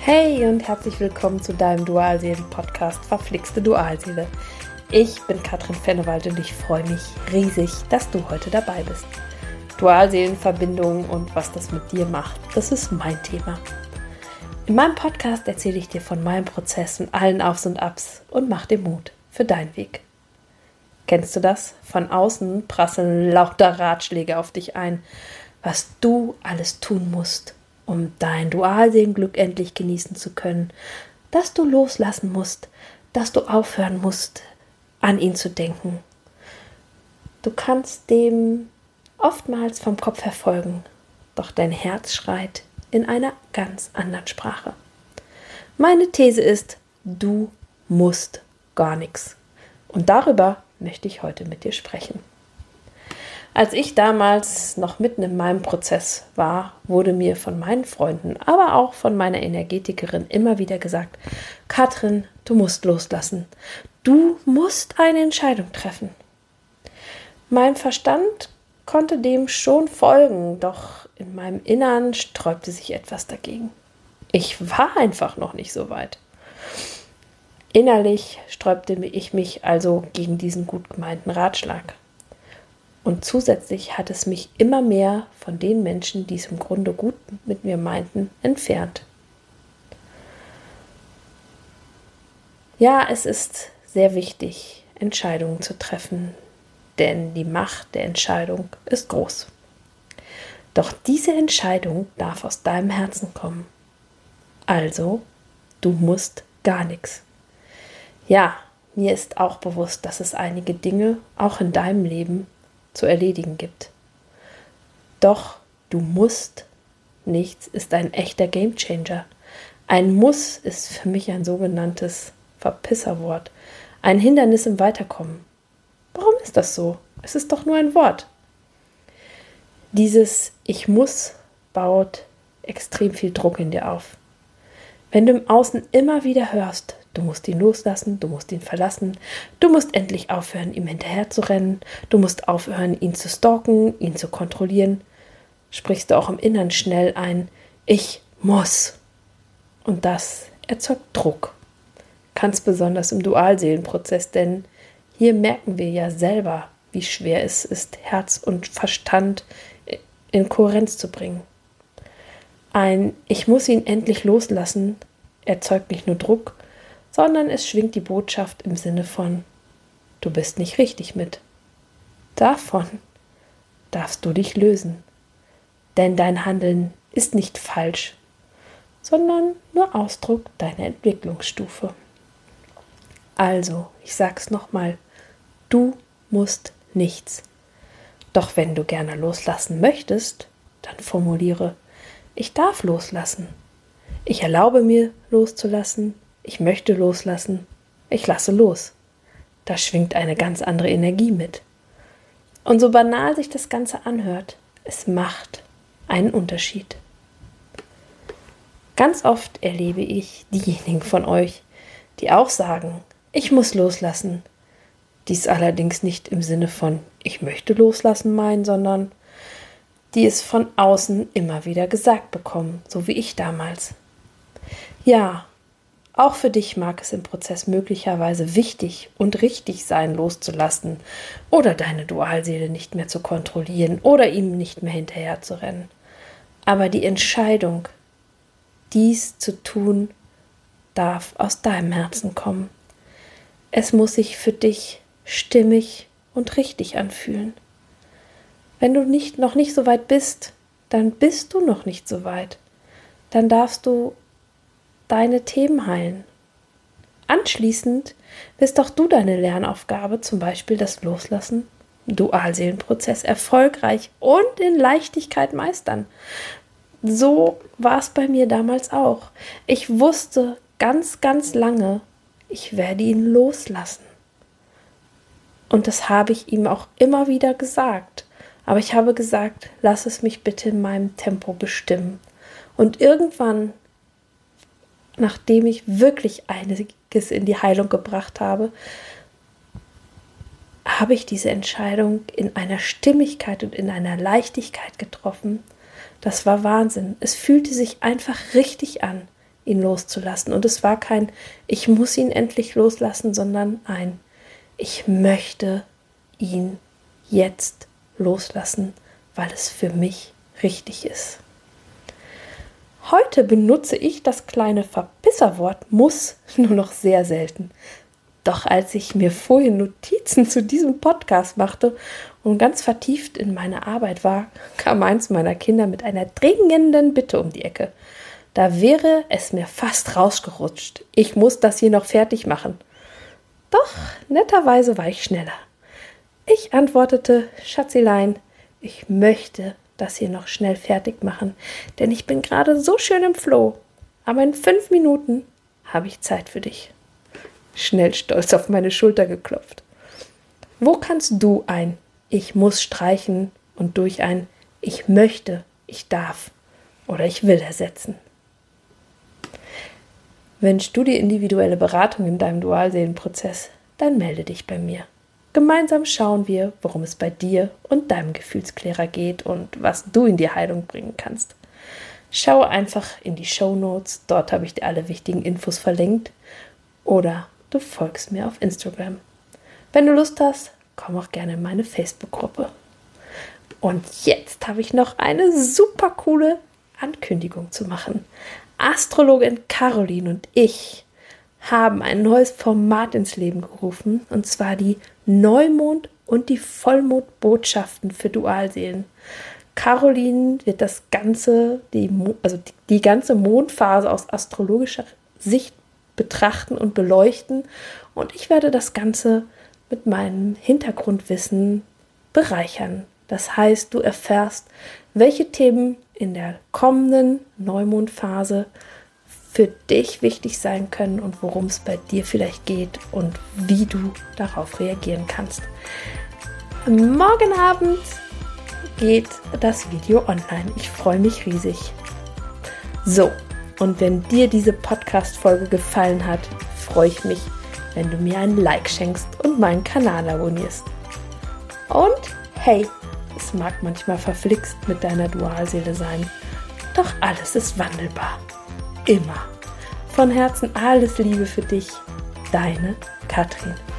Hey und herzlich willkommen zu deinem Dualseelen-Podcast Verflixte Dualseele. Ich bin Katrin Fennewald und ich freue mich riesig, dass du heute dabei bist. Dualseelenverbindungen und was das mit dir macht, das ist mein Thema. In meinem Podcast erzähle ich dir von meinem Prozess und allen Aufs und Abs und mach dir Mut für deinen Weg. Kennst du das? Von außen prasseln lauter Ratschläge auf dich ein, was du alles tun musst, um dein Dualseelenglück endlich genießen zu können, dass du loslassen musst, dass du aufhören musst, an ihn zu denken. Du kannst dem oftmals vom Kopf her folgen, doch dein Herz schreit in einer ganz anderen Sprache. Meine These ist, du musst gar nichts. Und darüber möchte ich heute mit dir sprechen. Als ich damals noch mitten in meinem Prozess war, wurde mir von meinen Freunden, aber auch von meiner Energetikerin immer wieder gesagt: Katrin, du musst loslassen. Du musst eine Entscheidung treffen. Mein Verstand konnte dem schon folgen, doch in meinem Innern sträubte sich etwas dagegen. Ich war einfach noch nicht so weit. Innerlich sträubte ich mich also gegen diesen gut gemeinten Ratschlag. Und zusätzlich hat es mich immer mehr von den Menschen, die es im Grunde gut mit mir meinten, entfernt. Ja, es ist sehr wichtig, Entscheidungen zu treffen, denn die Macht der Entscheidung ist groß. Doch diese Entscheidung darf aus deinem Herzen kommen. Also, du musst gar nichts. Ja, mir ist auch bewusst, dass es einige Dinge, auch in deinem Leben, zu erledigen gibt. Doch du musst nichts ist ein echter Gamechanger. Ein Muss ist für mich ein sogenanntes Verpisserwort, ein Hindernis im Weiterkommen. Warum ist das so? Es ist doch nur ein Wort. Dieses Ich muss baut extrem viel Druck in dir auf. Wenn du im Außen immer wieder hörst, du musst ihn loslassen, du musst ihn verlassen, du musst endlich aufhören, ihm hinterher zu rennen, du musst aufhören, ihn zu stalken, ihn zu kontrollieren, sprichst du auch im Innern schnell ein Ich muss. Und das erzeugt Druck. Ganz besonders im Dualseelenprozess, denn hier merken wir ja selber, wie schwer es ist, Herz und Verstand in Kohärenz zu bringen. Ein Ich muss ihn endlich loslassen erzeugt nicht nur Druck, sondern es schwingt die Botschaft im Sinne von: Du bist nicht richtig mit. Davon darfst du dich lösen, denn dein Handeln ist nicht falsch, sondern nur Ausdruck deiner Entwicklungsstufe. Also, ich sag's nochmal, du musst nichts. Doch wenn du gerne loslassen möchtest, dann formuliere: Ich darf loslassen. Ich erlaube mir loszulassen. Ich möchte loslassen. Ich lasse los. Da schwingt eine ganz andere Energie mit. Und so banal sich das Ganze anhört, es macht einen Unterschied. Ganz oft erlebe ich diejenigen von euch, die auch sagen: Ich muss loslassen. Dies allerdings nicht im Sinne von Ich möchte loslassen meinen, sondern die es von außen immer wieder gesagt bekommen, so wie ich damals. Ja, auch für dich mag es im Prozess möglicherweise wichtig und richtig sein, loszulassen oder deine Dualseele nicht mehr zu kontrollieren oder ihm nicht mehr hinterher zu rennen. Aber die Entscheidung, dies zu tun, darf aus deinem Herzen kommen. Es muss sich für dich stimmig und richtig anfühlen. Wenn du noch nicht so weit bist, dann bist du noch nicht so weit. Dann darfst du deine Themen heilen. Anschließend wirst auch du deine Lernaufgabe, zum Beispiel das Loslassen, im Dualseelenprozess, erfolgreich und in Leichtigkeit meistern. So war es bei mir damals auch. Ich wusste ganz, ganz lange, ich werde ihn loslassen. Und das habe ich ihm auch immer wieder gesagt. Aber ich habe gesagt, lass es mich bitte in meinem Tempo bestimmen. Und irgendwann, nachdem ich wirklich einiges in die Heilung gebracht habe, habe ich diese Entscheidung in einer Stimmigkeit und in einer Leichtigkeit getroffen. Das war Wahnsinn. Es fühlte sich einfach richtig an. ihn loszulassen. Und es war kein, ich muss ihn endlich loslassen, sondern ein, ich möchte ihn jetzt loslassen, weil es für mich richtig ist. Heute benutze ich das kleine Verpisserwort muss nur noch sehr selten. Doch als ich mir vorhin Notizen zu diesem Podcast machte und ganz vertieft in meine Arbeit war, kam eins meiner Kinder mit einer dringenden Bitte um die Ecke. Da wäre es mir fast rausgerutscht. Ich muss das hier noch fertig machen. Doch netterweise war ich schneller. Ich antwortete, Schatzilein, ich möchte das hier noch schnell fertig machen, denn ich bin gerade so schön im Flow. Aber in 5 Minuten habe ich Zeit für dich. Schnell stolz auf meine Schulter geklopft. Wo kannst du ein Ich muss streichen und durch ein Ich möchte, ich darf oder ich will ersetzen? Wünschst du dir individuelle Beratung in deinem Dualseelenprozess, dann melde dich bei mir. Gemeinsam schauen wir, worum es bei dir und deinem Gefühlsklärer geht und was du in die Heilung bringen kannst. Schaue einfach in die Shownotes, dort habe ich dir alle wichtigen Infos verlinkt, oder du folgst mir auf Instagram. Wenn du Lust hast, komm auch gerne in meine Facebook-Gruppe. Und jetzt habe ich noch eine super coole Ankündigung zu machen. Astrologin Caroline und ich haben ein neues Format ins Leben gerufen, und zwar die Neumond- und die Vollmondbotschaften für Dualseelen. Caroline wird das Ganze, die ganze Mondphase aus astrologischer Sicht betrachten und beleuchten, und ich werde das Ganze mit meinem Hintergrundwissen bereichern. Das heißt, du erfährst, welche Themen in der kommenden Neumondphase für dich wichtig sein können und worum es bei dir vielleicht geht und wie du darauf reagieren kannst. Morgen Abend geht das Video online. Ich freue mich riesig. So, und wenn dir diese Podcast-Folge gefallen hat, freue ich mich, wenn du mir ein Like schenkst und meinen Kanal abonnierst. Und hey, es mag manchmal verflixt mit deiner Dualseele sein, doch alles ist wandelbar. Immer. Von Herzen alles Liebe für dich, deine Katrin.